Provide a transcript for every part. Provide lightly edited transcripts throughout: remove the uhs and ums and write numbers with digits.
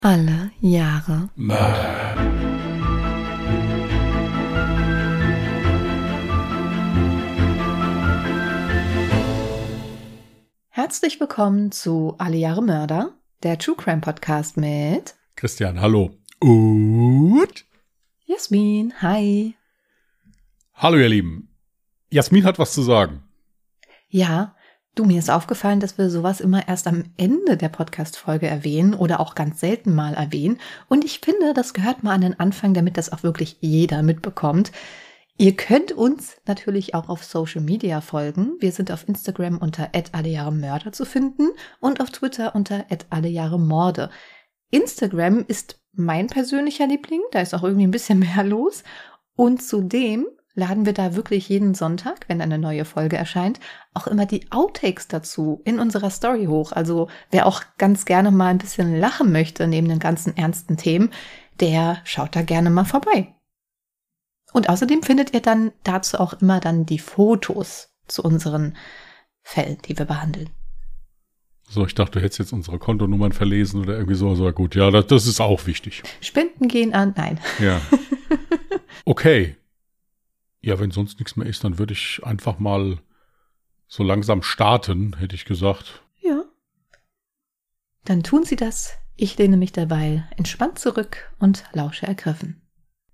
Alle Jahre Mörder. Herzlich willkommen zu Alle Jahre Mörder, der True Crime Podcast mit Christian, hallo. Und Jasmin, hi. hallo ihr Lieben. Jasmin hat was zu sagen. Ja, mir ist aufgefallen, dass wir sowas immer erst am Ende der Podcast-Folge erwähnen oder auch ganz selten mal erwähnen. Und ich finde, das gehört mal an den Anfang, damit das auch wirklich jeder mitbekommt. Ihr könnt uns natürlich auch auf Social Media folgen. Wir sind auf Instagram unter @allejahremörder zu finden und auf Twitter unter @allejahremorde. Instagram ist mein persönlicher Liebling, da ist auch irgendwie ein bisschen mehr los. Und zudem laden wir da wirklich jeden Sonntag, wenn eine neue Folge erscheint, auch immer die Outtakes dazu in unserer Story hoch. Also wer auch ganz gerne mal ein bisschen lachen möchte neben den ganzen ernsten Themen, der schaut da gerne mal vorbei. Und außerdem findet ihr dann dazu auch immer dann die Fotos zu unseren Fällen, die wir behandeln. So, ich dachte, du hättest jetzt unsere Kontonummern verlesen oder irgendwie so. So gut, ja, das ist auch wichtig. Spenden gehen an, nein. Ja. Okay. Ja, wenn sonst nichts mehr ist, dann würde ich einfach mal so langsam starten, hätte ich gesagt. Ja. Dann tun Sie das. Ich lehne mich dabei entspannt zurück und lausche ergriffen.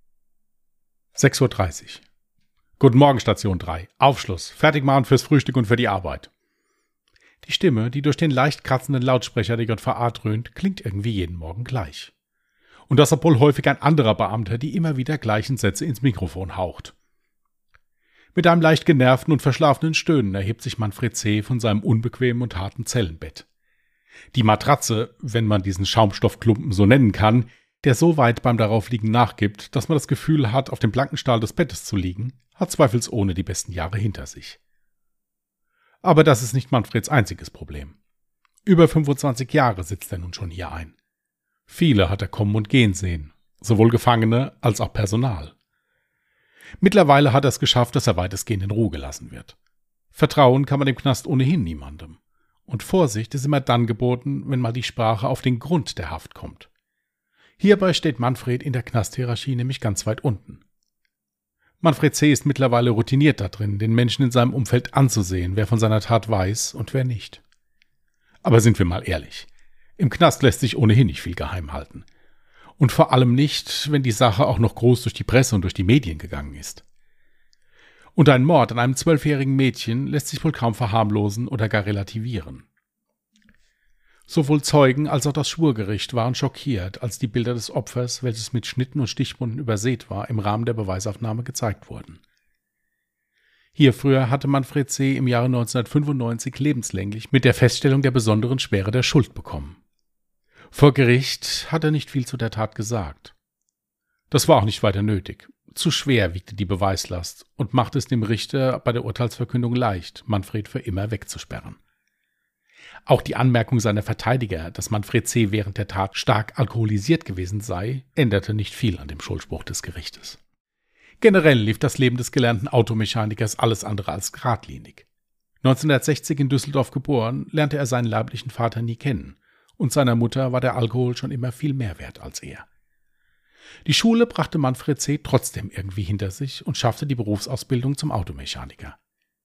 6:30 Uhr. Guten Morgen, Station 3. Aufschluss. Fertig machen fürs Frühstück und für die Arbeit. Die Stimme, die durch den leicht kratzenden Lautsprecher der JVA dröhnt, klingt irgendwie jeden Morgen gleich. Und das, obwohl häufig ein anderer Beamter die immer wieder gleichen Sätze ins Mikrofon haucht. Mit einem leicht genervten und verschlafenen Stöhnen erhebt sich Manfred C. von seinem unbequemen und harten Zellenbett. Die Matratze, wenn man diesen Schaumstoffklumpen so nennen kann, der so weit beim Daraufliegen nachgibt, dass man das Gefühl hat, auf dem blanken Stahl des Bettes zu liegen, hat zweifelsohne die besten Jahre hinter sich. Aber das ist nicht Manfreds einziges Problem. Über 25 Jahre sitzt er nun schon hier ein. Viele hat er kommen und gehen sehen, sowohl Gefangene als auch Personal. Mittlerweile hat er es geschafft, dass er weitestgehend in Ruhe gelassen wird. Vertrauen kann man im Knast ohnehin niemandem. Und Vorsicht ist immer dann geboten, wenn mal die Sprache auf den Grund der Haft kommt. Hierbei steht Manfred in der Knasthierarchie nämlich ganz weit unten. Manfred C. ist mittlerweile routiniert darin, den Menschen in seinem Umfeld anzusehen, wer von seiner Tat weiß und wer nicht. Aber sind wir mal ehrlich, im Knast lässt sich ohnehin nicht viel geheim halten. Und vor allem nicht, wenn die Sache auch noch groß durch die Presse und durch die Medien gegangen ist. Und ein Mord an einem 12-jährigen Mädchen lässt sich wohl kaum verharmlosen oder gar relativieren. Sowohl Zeugen als auch das Schwurgericht waren schockiert, als die Bilder des Opfers, welches mit Schnitten und Stichwunden übersät war, im Rahmen der Beweisaufnahme gezeigt wurden. Hierfür hatte Manfred C. im Jahre 1995 lebenslänglich mit der Feststellung der besonderen Schwere der Schuld bekommen. Vor Gericht hat er nicht viel zu der Tat gesagt. Das war auch nicht weiter nötig. Zu schwer wiegte die Beweislast und machte es dem Richter bei der Urteilsverkündung leicht, Manfred für immer wegzusperren. Auch die Anmerkung seiner Verteidiger, dass Manfred C. während der Tat stark alkoholisiert gewesen sei, änderte nicht viel an dem Schuldspruch des Gerichtes. Generell lief das Leben des gelernten Automechanikers alles andere als geradlinig. 1960 in Düsseldorf geboren, lernte er seinen leiblichen Vater nie kennen. Und seiner Mutter war der Alkohol schon immer viel mehr wert als er. Die Schule brachte Manfred C. trotzdem irgendwie hinter sich und schaffte die Berufsausbildung zum Automechaniker.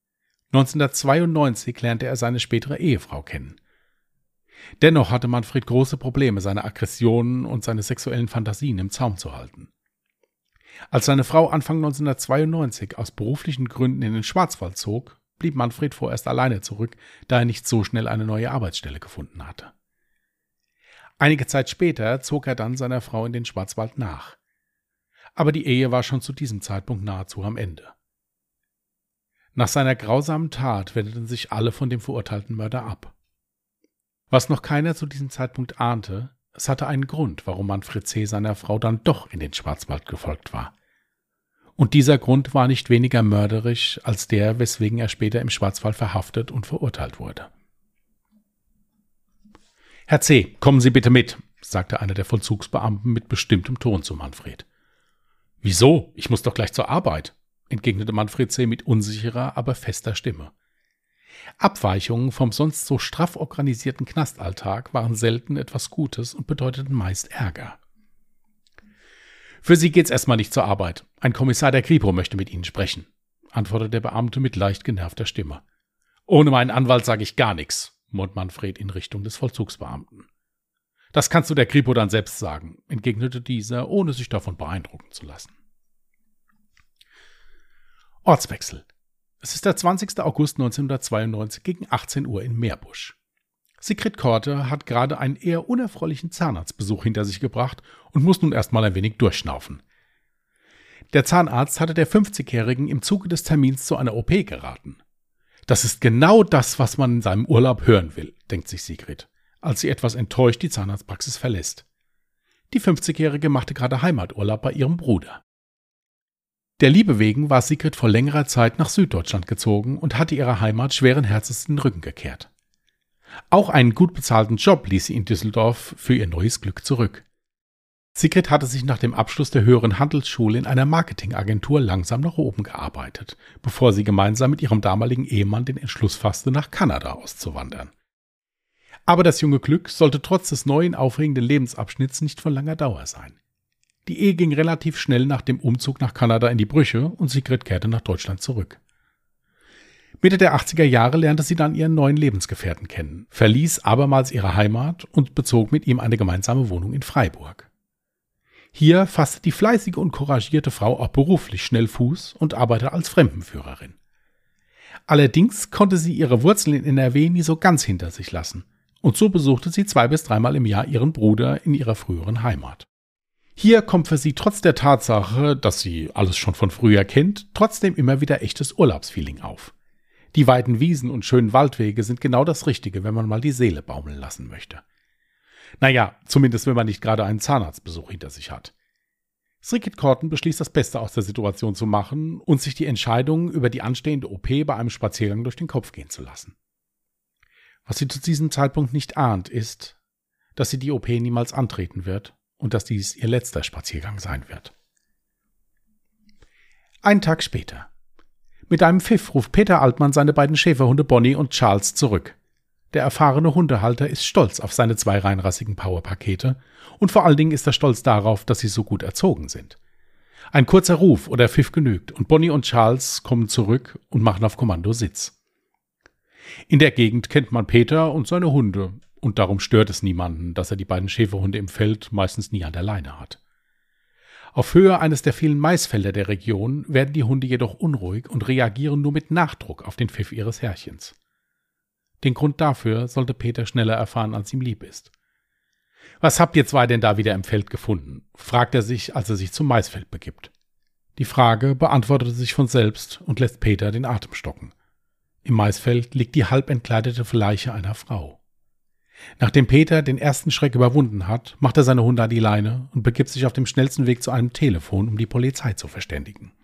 1992 lernte er seine spätere Ehefrau kennen. Dennoch hatte Manfred große Probleme, seine Aggressionen und seine sexuellen Fantasien im Zaum zu halten. Als seine Frau Anfang 1992 aus beruflichen Gründen in den Schwarzwald zog, blieb Manfred vorerst alleine zurück, da er nicht so schnell eine neue Arbeitsstelle gefunden hatte. Einige Zeit später zog er dann seiner Frau in den Schwarzwald nach. Aber die Ehe war schon zu diesem Zeitpunkt nahezu am Ende. Nach seiner grausamen Tat wendeten sich alle von dem verurteilten Mörder ab. Was noch keiner zu diesem Zeitpunkt ahnte, es hatte einen Grund, warum Manfred C. seiner Frau dann doch in den Schwarzwald gefolgt war. Und dieser Grund war nicht weniger mörderisch als der, weswegen er später im Schwarzwald verhaftet und verurteilt wurde. »Herr C., kommen Sie bitte mit«, sagte einer der Vollzugsbeamten mit bestimmtem Ton zu Manfred. »Wieso? Ich muss doch gleich zur Arbeit«, entgegnete Manfred C. mit unsicherer, aber fester Stimme. Abweichungen vom sonst so straff organisierten Knastalltag waren selten etwas Gutes und bedeuteten meist Ärger. »Für Sie geht's erstmal nicht zur Arbeit. Ein Kommissar der Kripo möchte mit Ihnen sprechen«, antwortete der Beamte mit leicht genervter Stimme. »Ohne meinen Anwalt sage ich gar nichts«, murrt Manfred in Richtung des Vollzugsbeamten. »Das kannst du der Kripo dann selbst sagen«, entgegnete dieser, ohne sich davon beeindrucken zu lassen. Ortswechsel. Es ist der 20. August 1992 gegen 18 Uhr in Meerbusch. Sigrid Korte hat gerade einen eher unerfreulichen Zahnarztbesuch hinter sich gebracht und muss nun erstmal ein wenig durchschnaufen. Der Zahnarzt hatte der 50-Jährigen im Zuge des Termins zu einer OP geraten. Das ist genau das, was man in seinem Urlaub hören will, denkt sich Sigrid, als sie etwas enttäuscht die Zahnarztpraxis verlässt. Die 50-Jährige machte gerade Heimaturlaub bei ihrem Bruder. Der Liebe wegen war Sigrid vor längerer Zeit nach Süddeutschland gezogen und hatte ihrer Heimat schweren Herzens den Rücken gekehrt. Auch einen gut bezahlten Job ließ sie in Düsseldorf für ihr neues Glück zurück. Sigrid hatte sich nach dem Abschluss der höheren Handelsschule in einer Marketingagentur langsam nach oben gearbeitet, bevor sie gemeinsam mit ihrem damaligen Ehemann den Entschluss fasste, nach Kanada auszuwandern. Aber das junge Glück sollte trotz des neuen, aufregenden Lebensabschnitts nicht von langer Dauer sein. Die Ehe ging relativ schnell nach dem Umzug nach Kanada in die Brüche und Sigrid kehrte nach Deutschland zurück. Mitte der 80er Jahre lernte sie dann ihren neuen Lebensgefährten kennen, verließ abermals ihre Heimat und bezog mit ihm eine gemeinsame Wohnung in Freiburg. Hier fasste die fleißige und couragierte Frau auch beruflich schnell Fuß und arbeitete als Fremdenführerin. Allerdings konnte sie ihre Wurzeln in NRW nie so ganz hinter sich lassen und so besuchte sie 2- bis 3-mal im Jahr ihren Bruder in ihrer früheren Heimat. Hier kommt für sie trotz der Tatsache, dass sie alles schon von früher kennt, trotzdem immer wieder echtes Urlaubsfeeling auf. Die weiten Wiesen und schönen Waldwege sind genau das Richtige, wenn man mal die Seele baumeln lassen möchte. Naja, zumindest wenn man nicht gerade einen Zahnarztbesuch hinter sich hat. Sigrid Korten beschließt, das Beste aus der Situation zu machen und sich die Entscheidung über die anstehende OP bei einem Spaziergang durch den Kopf gehen zu lassen. Was sie zu diesem Zeitpunkt nicht ahnt, ist, dass sie die OP niemals antreten wird und dass dies ihr letzter Spaziergang sein wird. Einen Tag später. Mit einem Pfiff ruft Peter Altmann seine beiden Schäferhunde Bonnie und Charles zurück. Der erfahrene Hundehalter ist stolz auf seine 2 reinrassigen Powerpakete und vor allen Dingen ist er stolz darauf, dass sie so gut erzogen sind. Ein kurzer Ruf oder Pfiff genügt und Bonnie und Charles kommen zurück und machen auf Kommando Sitz. In der Gegend kennt man Peter und seine Hunde und darum stört es niemanden, dass er die beiden Schäferhunde im Feld meistens nie an der Leine hat. Auf Höhe eines der vielen Maisfelder der Region werden die Hunde jedoch unruhig und reagieren nur mit Nachdruck auf den Pfiff ihres Herrchens. Den Grund dafür sollte Peter schneller erfahren, als ihm lieb ist. »Was habt ihr zwei denn da wieder im Feld gefunden?« fragt er sich, als er sich zum Maisfeld begibt. Die Frage beantwortete sich von selbst und lässt Peter den Atem stocken. Im Maisfeld liegt die halb entkleidete Leiche einer Frau. Nachdem Peter den ersten Schreck überwunden hat, macht er seine Hunde an die Leine und begibt sich auf dem schnellsten Weg zu einem Telefon, um die Polizei zu verständigen.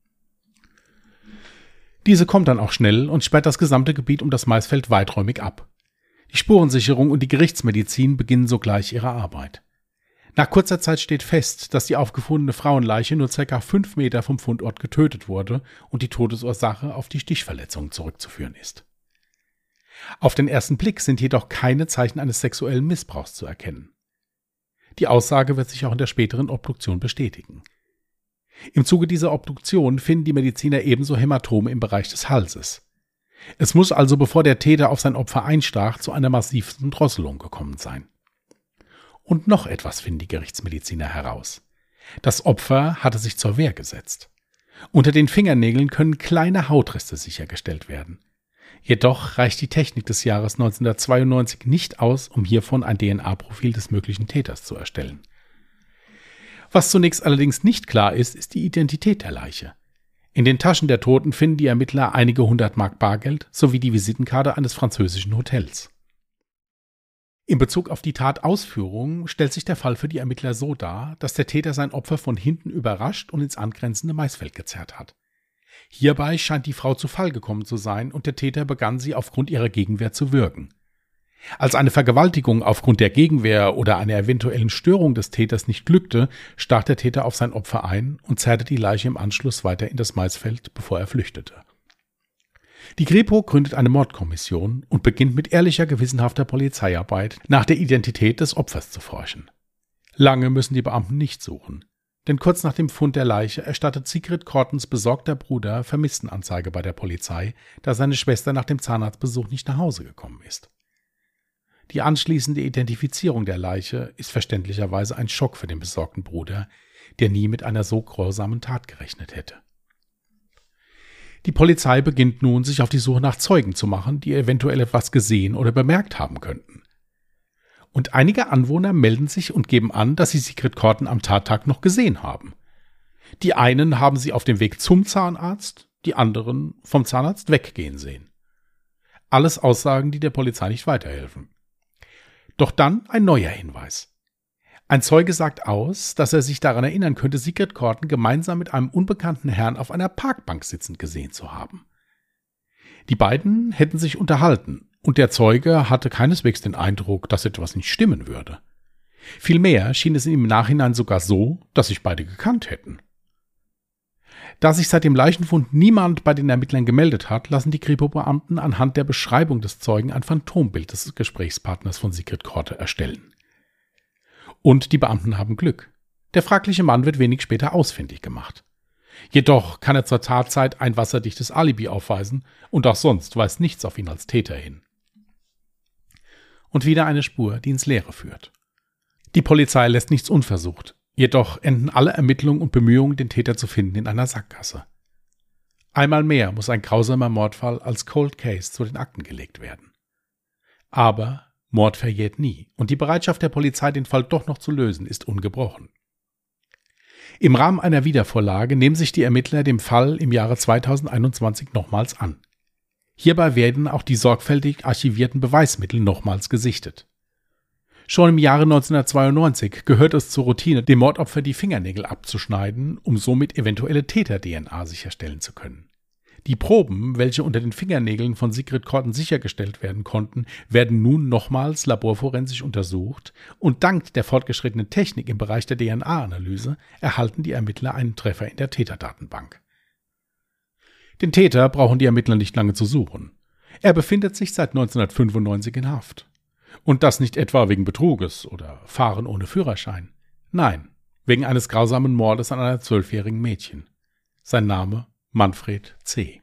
Diese kommt dann auch schnell und sperrt das gesamte Gebiet um das Maisfeld weiträumig ab. Die Spurensicherung und die Gerichtsmedizin beginnen sogleich ihre Arbeit. Nach kurzer Zeit steht fest, dass die aufgefundene Frauenleiche nur ca. 5 Meter vom Fundort getötet wurde und die Todesursache auf die Stichverletzungen zurückzuführen ist. Auf den ersten Blick sind jedoch keine Zeichen eines sexuellen Missbrauchs zu erkennen. Die Aussage wird sich auch in der späteren Obduktion bestätigen. Im Zuge dieser Obduktion finden die Mediziner ebenso Hämatome im Bereich des Halses. Es muss also, bevor der Täter auf sein Opfer einstach, zu einer massivsten Drosselung gekommen sein. Und noch etwas finden die Gerichtsmediziner heraus. Das Opfer hatte sich zur Wehr gesetzt. Unter den Fingernägeln können kleine Hautreste sichergestellt werden. Jedoch reicht die Technik des Jahres 1992 nicht aus, um hiervon ein DNA-Profil des möglichen Täters zu erstellen. Was zunächst allerdings nicht klar ist, ist die Identität der Leiche. In den Taschen der Toten finden die Ermittler einige 100 Mark Bargeld sowie die Visitenkarte eines französischen Hotels. In Bezug auf die Tatausführung stellt sich der Fall für die Ermittler so dar, dass der Täter sein Opfer von hinten überrascht und ins angrenzende Maisfeld gezerrt hat. Hierbei scheint die Frau zu Fall gekommen zu sein und der Täter begann sie aufgrund ihrer Gegenwehr zu würgen. Als eine Vergewaltigung aufgrund der Gegenwehr oder einer eventuellen Störung des Täters nicht glückte, stach der Täter auf sein Opfer ein und zerrte die Leiche im Anschluss weiter in das Maisfeld, bevor er flüchtete. Die Kripo gründet eine Mordkommission und beginnt mit ehrlicher, gewissenhafter Polizeiarbeit nach der Identität des Opfers zu forschen. Lange müssen die Beamten nicht suchen, denn kurz nach dem Fund der Leiche erstattet Sigrid Cortons besorgter Bruder Vermisstenanzeige bei der Polizei, da seine Schwester nach dem Zahnarztbesuch nicht nach Hause gekommen ist. Die anschließende Identifizierung der Leiche ist verständlicherweise ein Schock für den besorgten Bruder, der nie mit einer so grausamen Tat gerechnet hätte. Die Polizei beginnt nun, sich auf die Suche nach Zeugen zu machen, die eventuell etwas gesehen oder bemerkt haben könnten. Und einige Anwohner melden sich und geben an, dass sie Sigrid Corton am Tattag noch gesehen haben. Die einen haben sie auf dem Weg zum Zahnarzt, die anderen vom Zahnarzt weggehen sehen. Alles Aussagen, die der Polizei nicht weiterhelfen. Doch dann ein neuer Hinweis. Ein Zeuge sagt aus, dass er sich daran erinnern könnte, Sigrid Corton gemeinsam mit einem unbekannten Herrn auf einer Parkbank sitzend gesehen zu haben. Die beiden hätten sich unterhalten und der Zeuge hatte keineswegs den Eindruck, dass etwas nicht stimmen würde. Vielmehr schien es ihm im Nachhinein sogar so, dass sich beide gekannt hätten. Da sich seit dem Leichenfund niemand bei den Ermittlern gemeldet hat, lassen die Kripo-Beamten anhand der Beschreibung des Zeugen ein Phantombild des Gesprächspartners von Sigrid Corton erstellen. Und die Beamten haben Glück. Der fragliche Mann wird wenig später ausfindig gemacht. Jedoch kann er zur Tatzeit ein wasserdichtes Alibi aufweisen und auch sonst weist nichts auf ihn als Täter hin. Und wieder eine Spur, die ins Leere führt. Die Polizei lässt nichts unversucht. Jedoch enden alle Ermittlungen und Bemühungen, den Täter zu finden, in einer Sackgasse. Einmal mehr muss ein grausamer Mordfall als Cold Case zu den Akten gelegt werden. Aber Mord verjährt nie und die Bereitschaft der Polizei, den Fall doch noch zu lösen, ist ungebrochen. Im Rahmen einer Wiedervorlage nehmen sich die Ermittler dem Fall im Jahre 2021 nochmals an. Hierbei werden auch die sorgfältig archivierten Beweismittel nochmals gesichtet. Schon im Jahre 1992 gehört es zur Routine, dem Mordopfer die Fingernägel abzuschneiden, um somit eventuelle Täter-DNA sicherstellen zu können. Die Proben, welche unter den Fingernägeln von Sigrid Corton sichergestellt werden konnten, werden nun nochmals laborforensisch untersucht und dank der fortgeschrittenen Technik im Bereich der DNA-Analyse erhalten die Ermittler einen Treffer in der Täterdatenbank. Den Täter brauchen die Ermittler nicht lange zu suchen. Er befindet sich seit 1995 in Haft. Und das nicht etwa wegen Betruges oder Fahren ohne Führerschein. Nein, wegen eines grausamen Mordes an einer 12-jährigen Mädchen. Sein Name Manfred C.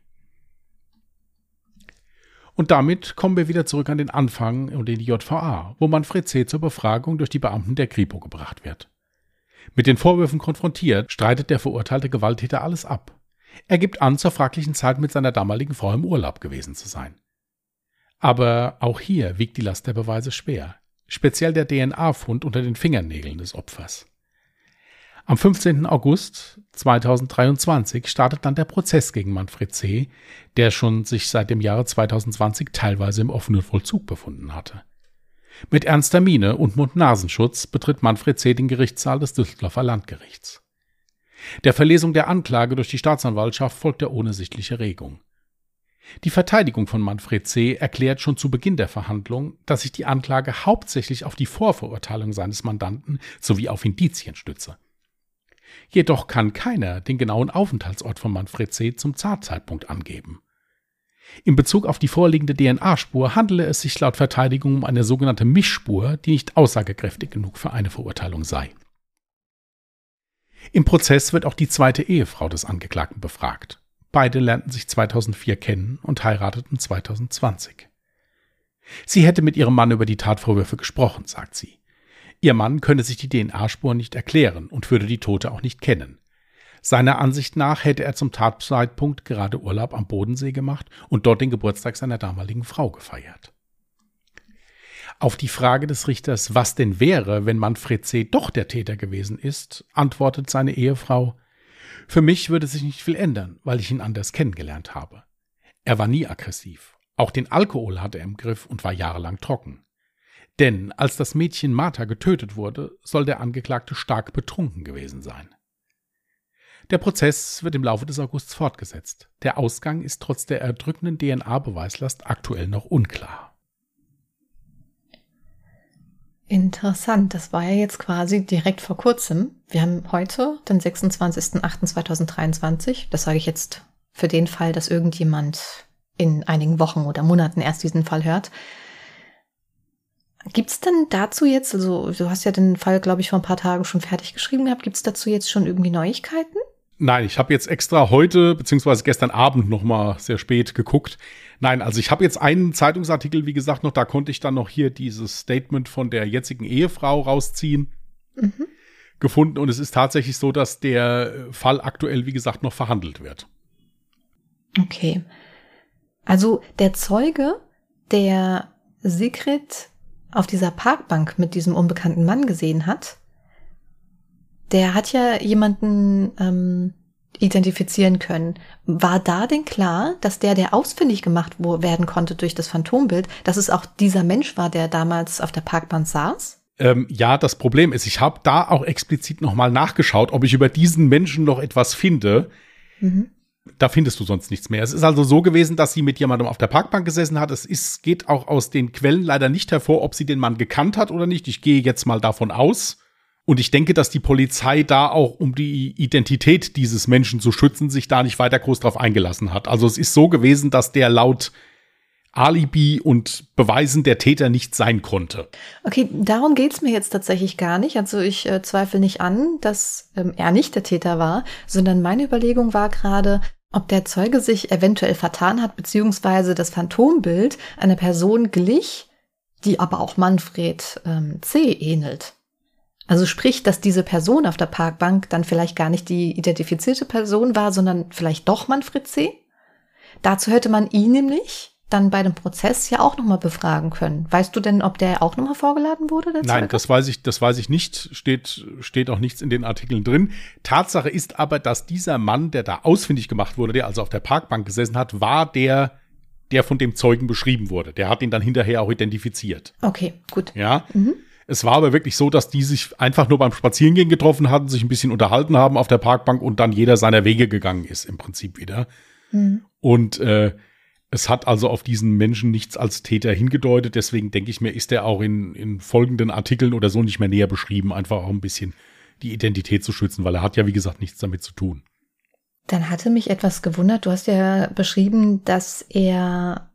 Und damit kommen wir wieder zurück an den Anfang und in die JVA, wo Manfred C. zur Befragung durch die Beamten der Kripo gebracht wird. Mit den Vorwürfen konfrontiert, streitet der verurteilte Gewalttäter alles ab. Er gibt an, zur fraglichen Zeit mit seiner damaligen Frau im Urlaub gewesen zu sein. Aber auch hier wiegt die Last der Beweise schwer, speziell der DNA-Fund unter den Fingernägeln des Opfers. Am 15. August 2023 startet dann der Prozess gegen Manfred C., der schon sich seit dem Jahre 2020 teilweise im offenen Vollzug befunden hatte. Mit ernster Miene und Mund-Nasenschutz betritt Manfred C. den Gerichtssaal des Düsseldorfer Landgerichts. Der Verlesung der Anklage durch die Staatsanwaltschaft folgt er ohne sichtliche Regung. Die Verteidigung von Manfred C. erklärt schon zu Beginn der Verhandlung, dass sich die Anklage hauptsächlich auf die Vorverurteilung seines Mandanten sowie auf Indizien stütze. Jedoch kann keiner den genauen Aufenthaltsort von Manfred C. zum Tatzeitpunkt angeben. In Bezug auf die vorliegende DNA-Spur handele es sich laut Verteidigung um eine sogenannte Mischspur, die nicht aussagekräftig genug für eine Verurteilung sei. Im Prozess wird auch die zweite Ehefrau des Angeklagten befragt. Beide lernten sich 2004 kennen und heirateten 2020. Sie hätte mit ihrem Mann über die Tatvorwürfe gesprochen, sagt sie. Ihr Mann könne sich die DNA-Spur nicht erklären und würde die Tote auch nicht kennen. Seiner Ansicht nach hätte er zum Tatzeitpunkt gerade Urlaub am Bodensee gemacht und dort den Geburtstag seiner damaligen Frau gefeiert. Auf die Frage des Richters, was denn wäre, wenn Manfred C. doch der Täter gewesen ist, antwortet seine Ehefrau: Für mich würde sich nicht viel ändern, weil ich ihn anders kennengelernt habe. Er war nie aggressiv. Auch den Alkohol hatte er im Griff und war jahrelang trocken. Denn als das Mädchen Martha getötet wurde, soll der Angeklagte stark betrunken gewesen sein. Der Prozess wird im Laufe des Augusts fortgesetzt. Der Ausgang ist trotz der erdrückenden DNA-Beweislast aktuell noch unklar. Interessant, das war ja jetzt quasi direkt vor kurzem. Wir haben heute den 26.08.2023. Das sage ich jetzt für den Fall, dass irgendjemand in einigen Wochen oder Monaten erst diesen Fall hört. Gibt's denn dazu jetzt, also du hast ja den Fall, glaube ich, vor ein paar Tagen schon fertig geschrieben gehabt, gibt's dazu jetzt schon irgendwie Neuigkeiten? Nein, ich habe jetzt extra heute beziehungsweise gestern Abend noch mal sehr spät geguckt. Nein, also ich habe jetzt einen Zeitungsartikel, wie gesagt, noch, da konnte ich dann noch hier dieses Statement von der jetzigen Ehefrau rausziehen, gefunden. Und es ist tatsächlich so, dass der Fall aktuell, wie gesagt, noch verhandelt wird. Okay. Also der Zeuge, der Sigrid auf dieser Parkbank mit diesem unbekannten Mann gesehen hat, der hat ja jemanden identifizieren können. War da denn klar, dass der ausfindig gemacht werden konnte durch das Phantombild, dass es auch dieser Mensch war, der damals auf der Parkbank saß? Ja, das Problem ist, ich habe da auch explizit noch mal nachgeschaut, ob ich über diesen Menschen noch etwas finde. Da findest du sonst nichts mehr. Es ist also so gewesen, dass sie mit jemandem auf der Parkbank gesessen hat. Geht auch aus den Quellen leider nicht hervor, ob sie den Mann gekannt hat oder nicht. Ich gehe jetzt mal davon aus. Und ich denke, dass die Polizei da auch, um die Identität dieses Menschen zu schützen, sich da nicht weiter groß drauf eingelassen hat. Also es ist so gewesen, dass der laut Alibi und Beweisen der Täter nicht sein konnte. Okay, darum geht's mir jetzt tatsächlich gar nicht. Also ich zweifle nicht an, dass er nicht der Täter war, sondern meine Überlegung war gerade, ob der Zeuge sich eventuell vertan hat, beziehungsweise das Phantombild einer Person glich, die aber auch Manfred C. ähnelt. Also sprich, dass diese Person auf der Parkbank dann vielleicht gar nicht die identifizierte Person war, sondern vielleicht doch Manfred C. Dazu hätte man ihn nämlich dann bei dem Prozess ja auch nochmal befragen können. Weißt du denn, ob der auch nochmal vorgeladen wurde? Der Nein, das weiß ich nicht. Steht auch nichts in den Artikeln drin. Tatsache ist aber, dass dieser Mann, der da ausfindig gemacht wurde, der also auf der Parkbank gesessen hat, war der von dem Zeugen beschrieben wurde. Der hat ihn dann hinterher auch identifiziert. Okay, gut. Ja. Es war aber wirklich so, dass die sich einfach nur beim Spazierengehen getroffen hatten, sich ein bisschen unterhalten haben auf der Parkbank und dann jeder seiner Wege gegangen ist im Prinzip wieder. Und es hat also auf diesen Menschen nichts als Täter hingedeutet. Deswegen denke ich mir, ist er auch in folgenden Artikeln oder so nicht mehr näher beschrieben, einfach auch ein bisschen die Identität zu schützen, weil er hat ja, wie gesagt, nichts damit zu tun. Dann hatte mich etwas gewundert. Du hast ja beschrieben, dass er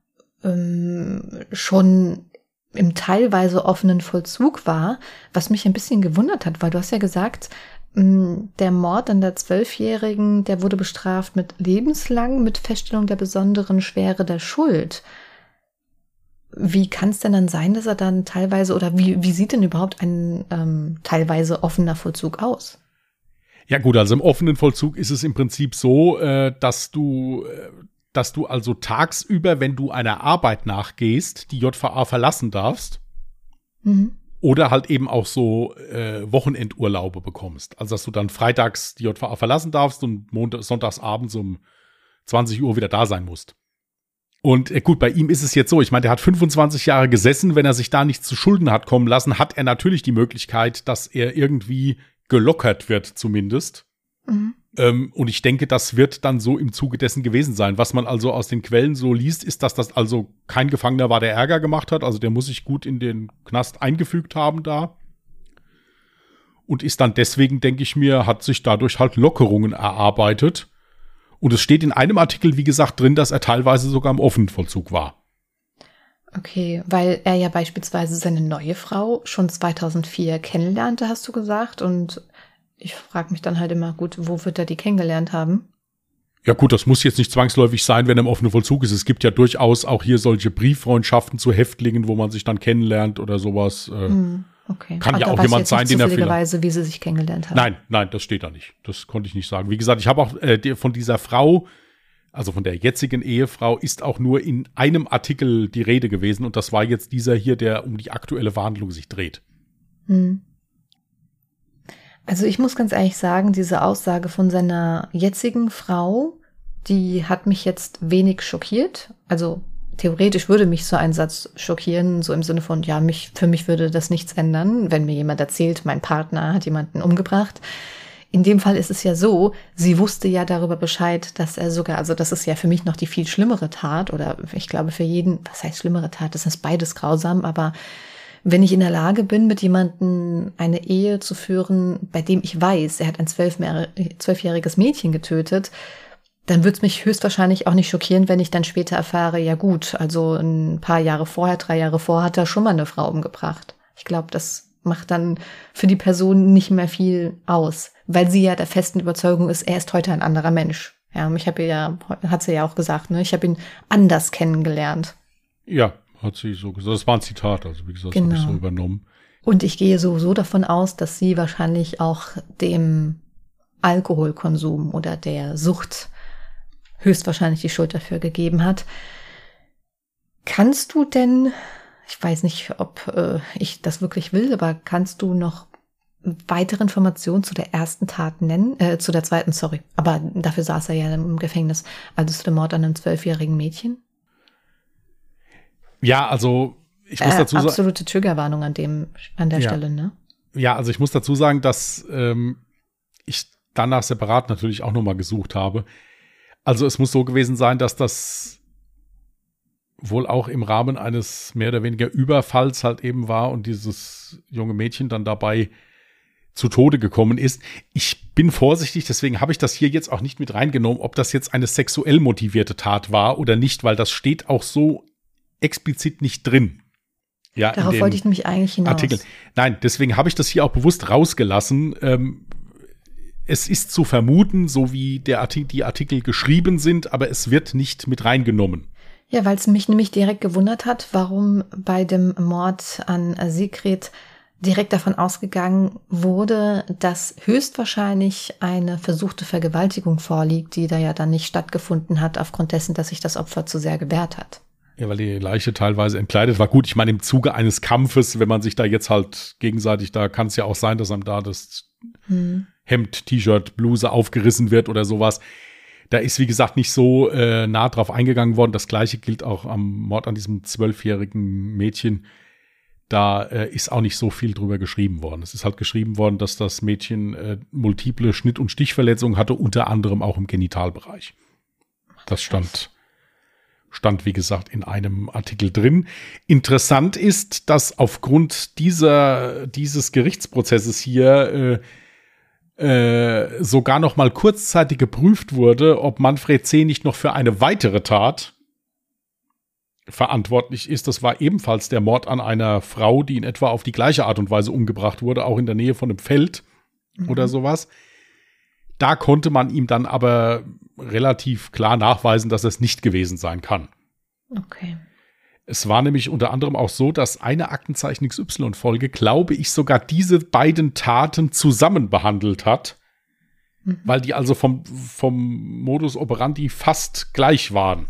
schon im teilweise offenen Vollzug war, was mich ein bisschen gewundert hat, weil du hast ja gesagt, der Mord an der 12-Jährigen, der wurde bestraft mit lebenslang, mit Feststellung der besonderen Schwere der Schuld. Wie kann es denn dann sein, dass er dann teilweise, oder wie sieht denn überhaupt ein teilweise offener Vollzug aus? Ja gut, also im offenen Vollzug ist es im Prinzip so, dass du also tagsüber, wenn du einer Arbeit nachgehst, die JVA verlassen darfst. Oder halt eben auch so Wochenendurlaube bekommst. Also dass du dann freitags die JVA verlassen darfst und sonntags abends um 20 Uhr wieder da sein musst. Und gut, bei ihm ist es jetzt so, ich meine, der hat 25 Jahre gesessen, wenn er sich da nichts zu Schulden hat kommen lassen, hat er natürlich die Möglichkeit, dass er irgendwie gelockert wird zumindest. Und ich denke, das wird dann so im Zuge dessen gewesen sein. Was man also aus den Quellen so liest, ist, dass das also kein Gefangener war, der Ärger gemacht hat. Also der muss sich gut in den Knast eingefügt haben da. Und ist dann deswegen, denke ich mir, hat sich dadurch halt Lockerungen erarbeitet. Und es steht in einem Artikel, wie gesagt, drin, dass er teilweise sogar im offenen Vollzug war. Okay, weil er ja beispielsweise seine neue Frau schon 2004 kennenlernte, hast du gesagt. Und ich frage mich dann halt immer, gut, wo wird er die kennengelernt haben? Ja gut, das muss jetzt nicht zwangsläufig sein, wenn er im offenen Vollzug ist. Es gibt ja durchaus auch hier solche Brieffreundschaften zu Häftlingen, wo man sich dann kennenlernt oder sowas. Okay. Kann Aber ja da auch weiß jemand jetzt sein, nicht den er zufälligerweise, wie sie sich kennengelernt haben. Nein, das steht da nicht. Das konnte ich nicht sagen. Wie gesagt, ich habe auch von dieser Frau, also von der jetzigen Ehefrau, ist auch nur in einem Artikel die Rede gewesen. Und das war jetzt dieser hier, der um die aktuelle Verhandlung sich dreht. Also ich muss ganz ehrlich sagen, diese Aussage von seiner jetzigen Frau, die hat mich jetzt wenig schockiert. Also theoretisch würde mich so ein Satz schockieren, so im Sinne von, ja, für mich würde das nichts ändern, wenn mir jemand erzählt, mein Partner hat jemanden umgebracht. In dem Fall ist es ja so, sie wusste ja darüber Bescheid, dass er sogar, also das ist ja für mich noch die viel schlimmere Tat, oder ich glaube für jeden, was heißt schlimmere Tat, das ist beides grausam, aber wenn ich in der Lage bin, mit jemandem eine Ehe zu führen, bei dem ich weiß, er hat ein 12-jähriges Mädchen getötet, Dann würde es mich höchstwahrscheinlich auch nicht schockieren, wenn ich dann später erfahre, ja gut, also ein paar Jahre vorher, 3 Jahre vorher hat er schon mal eine Frau umgebracht. Ich glaube, das macht dann für die Person nicht mehr viel aus, weil sie ja der festen Überzeugung ist, er ist heute ein anderer Mensch. Ja, und hat sie ja auch gesagt, ne, ich habe ihn anders kennengelernt. Ja, hat sie so gesagt. Das war ein Zitat, also wie gesagt, das Genau. habe ich so übernommen. Und ich gehe sowieso davon aus, dass sie wahrscheinlich auch dem Alkoholkonsum oder der Sucht höchstwahrscheinlich die Schuld dafür gegeben hat. Kannst du denn, ich weiß nicht, ob ich das wirklich will, aber kannst du noch weitere Informationen zu der ersten Tat nennen? Zu der zweiten, sorry. Aber dafür saß er ja im Gefängnis. Also zu dem Mord an einem 12-jährigen Mädchen? Ja, also ich muss dazu sagen. Absolute Triggerwarnung an der Stelle, ne? Ja, also ich muss dazu sagen, dass ich danach separat natürlich auch nochmal gesucht habe. Also es muss so gewesen sein, dass das wohl auch im Rahmen eines mehr oder weniger Überfalls halt eben war und dieses junge Mädchen dann dabei zu Tode gekommen ist. Ich bin vorsichtig, deswegen habe ich das hier jetzt auch nicht mit reingenommen, ob das jetzt eine sexuell motivierte Tat war oder nicht, weil das steht auch so explizit nicht drin. Ja, darauf wollte ich nämlich eigentlich hinaus. Artikel. Nein, deswegen habe ich das hier auch bewusst rausgelassen. Es ist zu vermuten, so wie die Artikel geschrieben sind, aber es wird nicht mit reingenommen. Ja, weil es mich nämlich direkt gewundert hat, warum bei dem Mord an Sigrid direkt davon ausgegangen wurde, dass höchstwahrscheinlich eine versuchte Vergewaltigung vorliegt, die da ja dann nicht stattgefunden hat, aufgrund dessen, dass sich das Opfer zu sehr gewehrt hat. Ja, weil die Leiche teilweise entkleidet war. Gut, ich meine, im Zuge eines Kampfes, wenn man sich da jetzt halt gegenseitig, da kann es ja auch sein, dass einem da das Hemd, T-Shirt, Bluse aufgerissen wird oder sowas. Da ist, wie gesagt, nicht so nah drauf eingegangen worden. Das Gleiche gilt auch am Mord an diesem 12-jährigen Mädchen. Da ist auch nicht so viel drüber geschrieben worden. Es ist halt geschrieben worden, dass das Mädchen multiple Schnitt- und Stichverletzungen hatte, unter anderem auch im Genitalbereich. Das stand, wie gesagt, in einem Artikel drin. Interessant ist, dass aufgrund dieses Gerichtsprozesses hier sogar noch mal kurzzeitig geprüft wurde, ob Manfred C. nicht noch für eine weitere Tat verantwortlich ist. Das war ebenfalls der Mord an einer Frau, die in etwa auf die gleiche Art und Weise umgebracht wurde, auch in der Nähe von einem Feld oder sowas. Da konnte man ihm dann aber relativ klar nachweisen, dass es nicht gewesen sein kann. Okay. Es war nämlich unter anderem auch so, dass eine Aktenzeichen XY-Folge, glaube ich, sogar diese beiden Taten zusammen behandelt hat, weil die also vom Modus operandi fast gleich waren.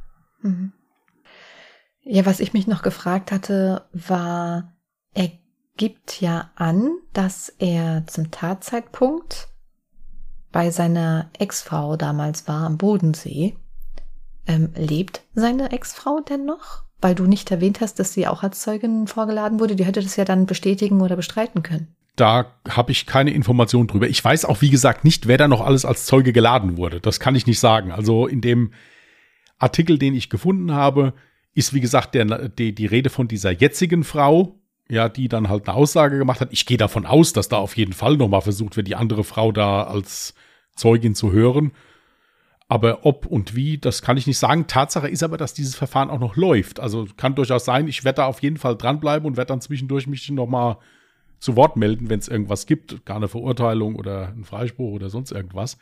Ja, was ich mich noch gefragt hatte, war, er gibt ja an, dass er zum Tatzeitpunkt bei seiner Ex-Frau damals war am Bodensee. Lebt seine Ex-Frau denn noch? Weil du nicht erwähnt hast, dass sie auch als Zeugin vorgeladen wurde. Die hätte das ja dann bestätigen oder bestreiten können. Da habe ich keine Informationen drüber. Ich weiß auch, wie gesagt, nicht, wer da noch alles als Zeuge geladen wurde. Das kann ich nicht sagen. Also in dem Artikel, den ich gefunden habe, ist, wie gesagt, die Rede von dieser jetzigen Frau, ja, die dann halt eine Aussage gemacht hat. Ich gehe davon aus, dass da auf jeden Fall nochmal versucht wird, die andere Frau da als Zeugin zu hören. Aber ob und wie, das kann ich nicht sagen. Tatsache ist aber, dass dieses Verfahren auch noch läuft. Also kann durchaus sein, ich werde da auf jeden Fall dranbleiben und werde dann zwischendurch mich nochmal zu Wort melden, wenn es irgendwas gibt. Gar eine Verurteilung oder ein Freispruch oder sonst irgendwas.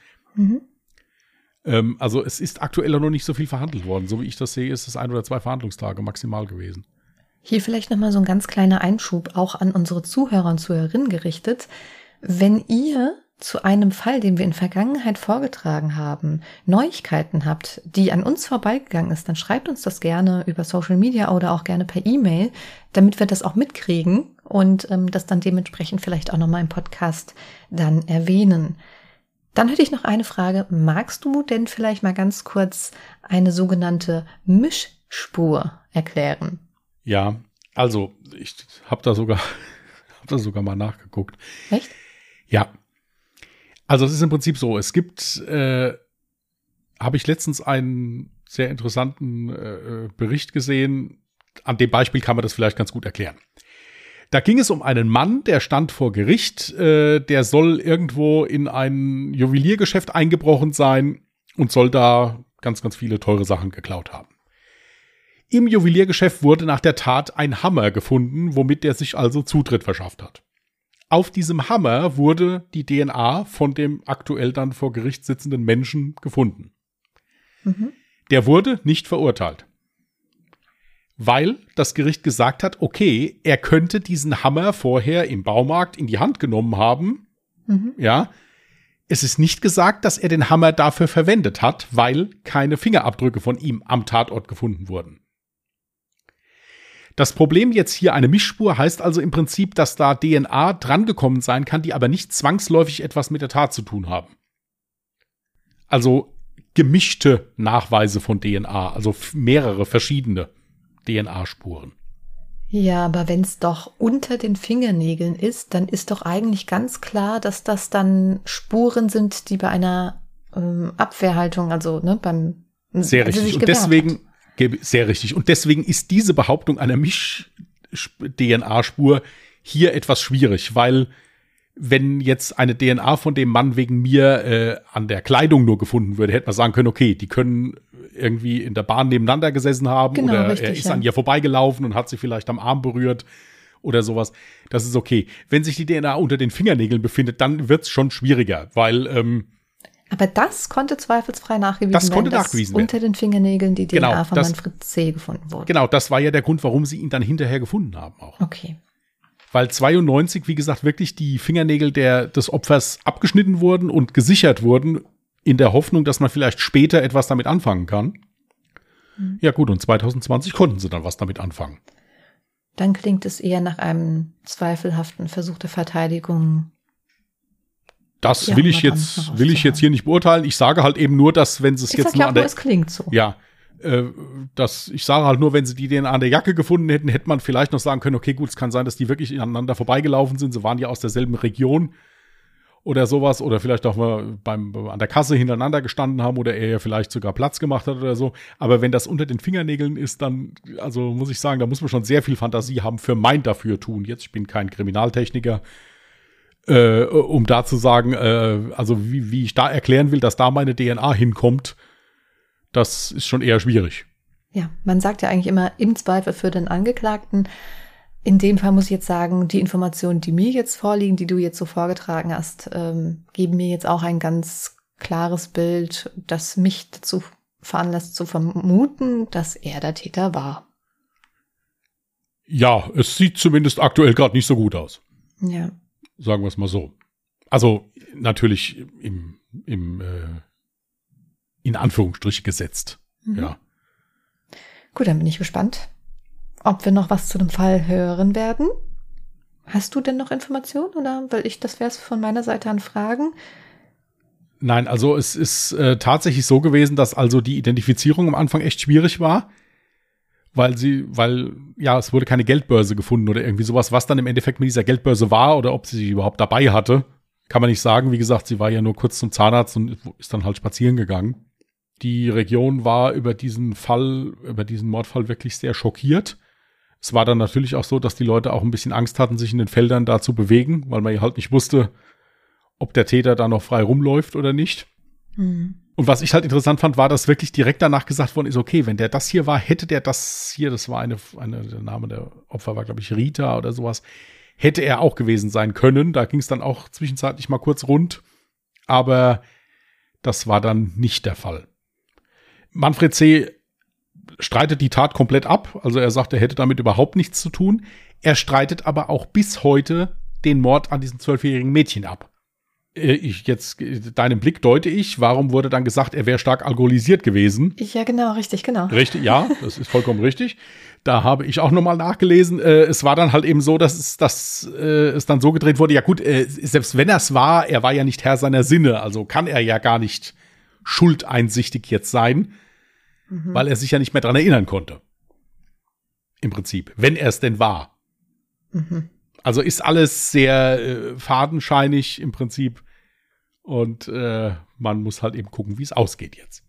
Also es ist aktuell noch nicht so viel verhandelt worden. So wie ich das sehe, ist es 1 oder 2 Verhandlungstage maximal gewesen. Hier vielleicht nochmal so ein ganz kleiner Einschub, auch an unsere Zuhörer und Zuhörerinnen gerichtet. Wenn ihr zu einem Fall, den wir in Vergangenheit vorgetragen haben, Neuigkeiten habt, die an uns vorbeigegangen ist, dann schreibt uns das gerne über Social Media oder auch gerne per E-Mail, damit wir das auch mitkriegen und das dann dementsprechend vielleicht auch nochmal im Podcast dann erwähnen. Dann hätte ich noch eine Frage. Magst du denn vielleicht mal ganz kurz eine sogenannte Mischspur erklären? Ja, also ich habe da sogar mal nachgeguckt. Echt? Ja. Also es ist im Prinzip so, es gibt, habe ich letztens einen sehr interessanten Bericht gesehen, an dem Beispiel kann man das vielleicht ganz gut erklären. Da ging es um einen Mann, der stand vor Gericht, der soll irgendwo in ein Juweliergeschäft eingebrochen sein und soll da ganz, ganz viele teure Sachen geklaut haben. Im Juweliergeschäft wurde nach der Tat ein Hammer gefunden, womit er sich also Zutritt verschafft hat. Auf diesem Hammer wurde die DNA von dem aktuell dann vor Gericht sitzenden Menschen gefunden. Mhm. Der wurde nicht verurteilt, weil das Gericht gesagt hat, okay, er könnte diesen Hammer vorher im Baumarkt in die Hand genommen haben. Mhm. Ja, es ist nicht gesagt, dass er den Hammer dafür verwendet hat, weil keine Fingerabdrücke von ihm am Tatort gefunden wurden. Das Problem jetzt hier, eine Mischspur, heißt also im Prinzip, dass da DNA drangekommen sein kann, die aber nicht zwangsläufig etwas mit der Tat zu tun haben. Also gemischte Nachweise von DNA, also mehrere verschiedene DNA-Spuren. Ja, aber wenn es doch unter den Fingernägeln ist, dann ist doch eigentlich ganz klar, dass das dann Spuren sind, die bei einer Abwehrhaltung, also beim sehr richtig. Und deswegen sehr richtig. Und deswegen ist diese Behauptung einer Misch-DNA-Spur hier etwas schwierig, weil wenn jetzt eine DNA von dem Mann wegen mir an der Kleidung nur gefunden würde, hätte man sagen können, okay, die können irgendwie in der Bahn nebeneinander gesessen haben, genau, oder richtig, er ist an ihr vorbeigelaufen und hat sie vielleicht am Arm berührt oder sowas. Das ist okay. Wenn sich die DNA unter den Fingernägeln befindet, dann wird es schon schwieriger, weil aber das konnte zweifelsfrei nachgewiesen werden, dass unter den Fingernägeln die DNA von Manfred C. gefunden wurde. Genau, das war ja der Grund, warum sie ihn dann hinterher gefunden haben auch. Okay. Weil 92, wie gesagt, wirklich die Fingernägel des Opfers abgeschnitten wurden und gesichert wurden, in der Hoffnung, dass man vielleicht später etwas damit anfangen kann. Mhm. Ja gut, und 2020 konnten sie dann was damit anfangen. Dann klingt es eher nach einem zweifelhaften Versuch der Verteidigung. Das will ich jetzt hier nicht beurteilen. Ich sage halt eben nur, dass wenn sie es jetzt nur es klingt so. Ja, ich sage halt nur, wenn sie die DNA an der Jacke gefunden hätten, hätte man vielleicht noch sagen können, okay, gut, es kann sein, dass die wirklich aneinander vorbeigelaufen sind. Sie waren ja aus derselben Region oder sowas. Oder vielleicht auch mal an der Kasse hintereinander gestanden haben oder er ja vielleicht sogar Platz gemacht hat oder so. Aber wenn das unter den Fingernägeln ist, dann, also muss ich sagen, da muss man schon sehr viel Fantasie haben für mein Dafürtun. Jetzt, ich bin kein Kriminaltechniker, um da zu sagen, also wie ich da erklären will, dass da meine DNA hinkommt, das ist schon eher schwierig. Ja, man sagt ja eigentlich immer im Zweifel für den Angeklagten. In dem Fall muss ich jetzt sagen, die Informationen, die mir jetzt vorliegen, die du jetzt so vorgetragen hast, geben mir jetzt auch ein ganz klares Bild, das mich dazu veranlasst zu vermuten, dass er der Täter war. Ja, es sieht zumindest aktuell gerade nicht so gut aus. Ja. Sagen wir es mal so. Also natürlich in Anführungsstrich gesetzt. Mhm. Ja. Gut, dann bin ich gespannt, ob wir noch was zu dem Fall hören werden. Hast du denn noch Informationen oder das wäre es von meiner Seite an Fragen? Nein, also es ist tatsächlich so gewesen, dass also die Identifizierung am Anfang echt schwierig war, weil es wurde keine Geldbörse gefunden oder irgendwie sowas, was dann im Endeffekt mit dieser Geldbörse war oder ob sie sie überhaupt dabei hatte, kann man nicht sagen. Wie gesagt, sie war ja nur kurz zum Zahnarzt und ist dann halt spazieren gegangen. Die Region war über diesen Mordfall wirklich sehr schockiert. Es war dann natürlich auch so, dass die Leute auch ein bisschen Angst hatten, sich in den Feldern da zu bewegen, weil man ja halt nicht wusste, ob der Täter da noch frei rumläuft oder nicht. Mhm. Und was ich halt interessant fand, war, dass wirklich direkt danach gesagt worden ist, okay, wenn der das hier war, hätte der das hier, das war der Name der Opfer war, glaube ich, Rita oder sowas, hätte er auch gewesen sein können. Da ging es dann auch zwischenzeitlich mal kurz rund, aber das war dann nicht der Fall. Manfred C. streitet die Tat komplett ab, also er sagt, er hätte damit überhaupt nichts zu tun. Er streitet aber auch bis heute den Mord an diesem 12-jährigen Mädchen ab. Deinen Blick deute ich, warum wurde dann gesagt, er wäre stark alkoholisiert gewesen? Ja, genau, richtig, genau. Richtig, ja, das ist vollkommen richtig. Da habe ich auch nochmal nachgelesen. Es war dann halt eben so, dass es dann so gedreht wurde, ja gut, selbst wenn er war ja nicht Herr seiner Sinne, also kann er ja gar nicht schuldeinsichtig jetzt sein, weil er sich ja nicht mehr dran erinnern konnte. Im Prinzip, wenn er es denn war. Mhm. Also ist alles sehr fadenscheinig im Prinzip und man muss halt eben gucken, wie es ausgeht jetzt.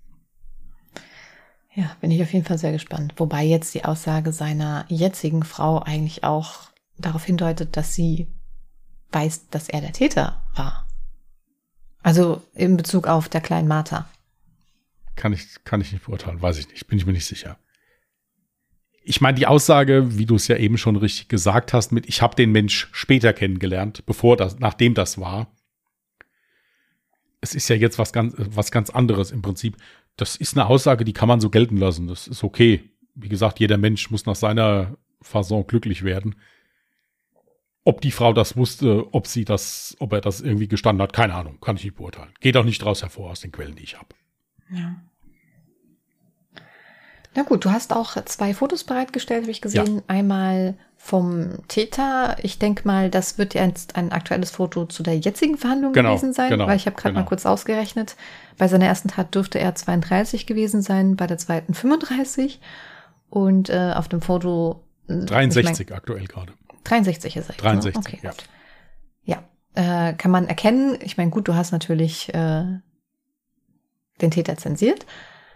Ja, bin ich auf jeden Fall sehr gespannt. Wobei jetzt die Aussage seiner jetzigen Frau eigentlich auch darauf hindeutet, dass sie weiß, dass er der Täter war. Also in Bezug auf der kleinen Martha. Kann ich nicht beurteilen, weiß ich nicht, bin ich mir nicht sicher. Ich meine, die Aussage, wie du es ja eben schon richtig gesagt hast, mit ich habe den Mensch später kennengelernt, nachdem das war. Es ist ja jetzt was ganz anderes im Prinzip. Das ist eine Aussage, die kann man so gelten lassen. Das ist okay. Wie gesagt, jeder Mensch muss nach seiner Fasson glücklich werden. Ob die Frau das wusste, ob er das irgendwie gestanden hat, keine Ahnung, kann ich nicht beurteilen. Geht auch nicht daraus hervor aus den Quellen, die ich habe. Ja. Na gut, du hast auch 2 Fotos bereitgestellt, habe ich gesehen. Ja. Einmal vom Täter. Ich denke mal, das wird jetzt ein aktuelles Foto zu der jetzigen Verhandlung gewesen sein, weil ich habe gerade mal kurz ausgerechnet. Bei seiner ersten Tat dürfte er 32 gewesen sein, bei der zweiten 35. Und auf dem Foto 63 aktuell gerade. 63 ist er. 63, okay, ja. Gut. Ja, kann man erkennen. Ich meine, gut, du hast natürlich den Täter zensiert.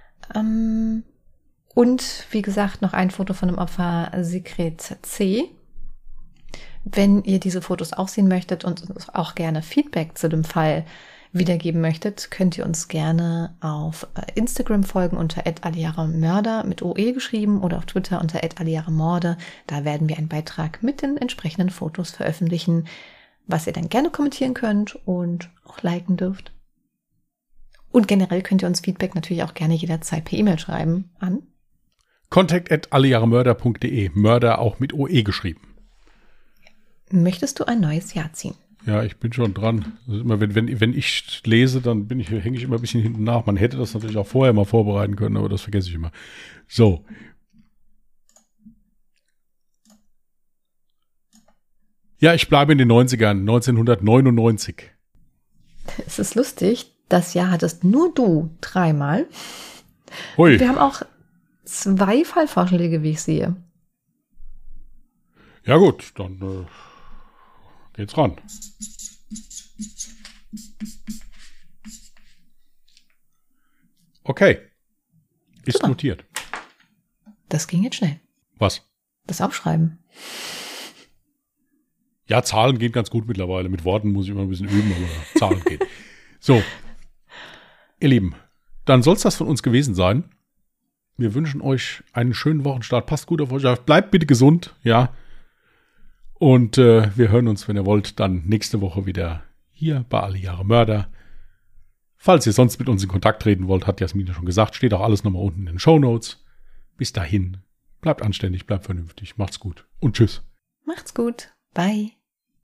Und wie gesagt, noch ein Foto von dem Opfer Sigrid C. Wenn ihr diese Fotos auch sehen möchtet und uns auch gerne Feedback zu dem Fall wiedergeben möchtet, könnt ihr uns gerne auf Instagram folgen unter @aliaramörder mit OE geschrieben oder auf Twitter unter @aliaramorde. Da werden wir einen Beitrag mit den entsprechenden Fotos veröffentlichen, was ihr dann gerne kommentieren könnt und auch liken dürft. Und generell könnt ihr uns Feedback natürlich auch gerne jederzeit per E-Mail schreiben an contact@allejahremörder.de. Mörder auch mit OE geschrieben. Möchtest du ein neues Jahr ziehen? Ja, ich bin schon dran. Also immer wenn ich lese, dann hänge ich immer ein bisschen hinten nach. Man hätte das natürlich auch vorher mal vorbereiten können, aber das vergesse ich immer. So. Ja, ich bleibe in den 90ern, 1999. Es ist lustig, das Jahr hattest nur du 3-mal. Hui. Wir haben auch 2 Fallvorschläge, wie ich sehe. Ja gut, dann geht's ran. Okay. Ist Super. Notiert. Das ging jetzt schnell. Was? Das Aufschreiben. Ja, Zahlen gehen ganz gut mittlerweile. Mit Worten muss ich immer ein bisschen üben, aber Zahlen gehen. So, ihr Lieben, dann soll es das von uns gewesen sein. Wir wünschen euch einen schönen Wochenstart. Passt gut auf euch auf. Bleibt bitte gesund, ja. Und wir hören uns, wenn ihr wollt, dann nächste Woche wieder hier bei Alle Jahre Mörder. Falls ihr sonst mit uns in Kontakt treten wollt, hat Jasmin ja schon gesagt, steht auch alles nochmal unten in den Shownotes. Bis dahin, bleibt anständig, bleibt vernünftig, macht's gut und tschüss. Macht's gut. Bye.